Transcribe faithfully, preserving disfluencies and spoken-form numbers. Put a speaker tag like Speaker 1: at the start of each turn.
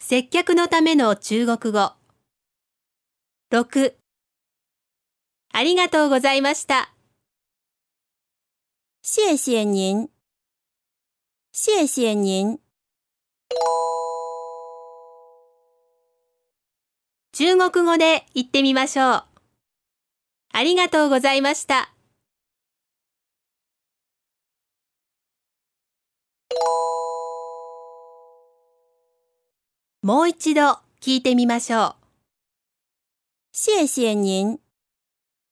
Speaker 1: 接客のための中国語。ろく、ありがとうございました。
Speaker 2: 谢谢您。谢谢您。
Speaker 1: 中国語で言ってみましょう。ありがとうございました。もう一度聞いてみましょう。
Speaker 2: 谢谢您。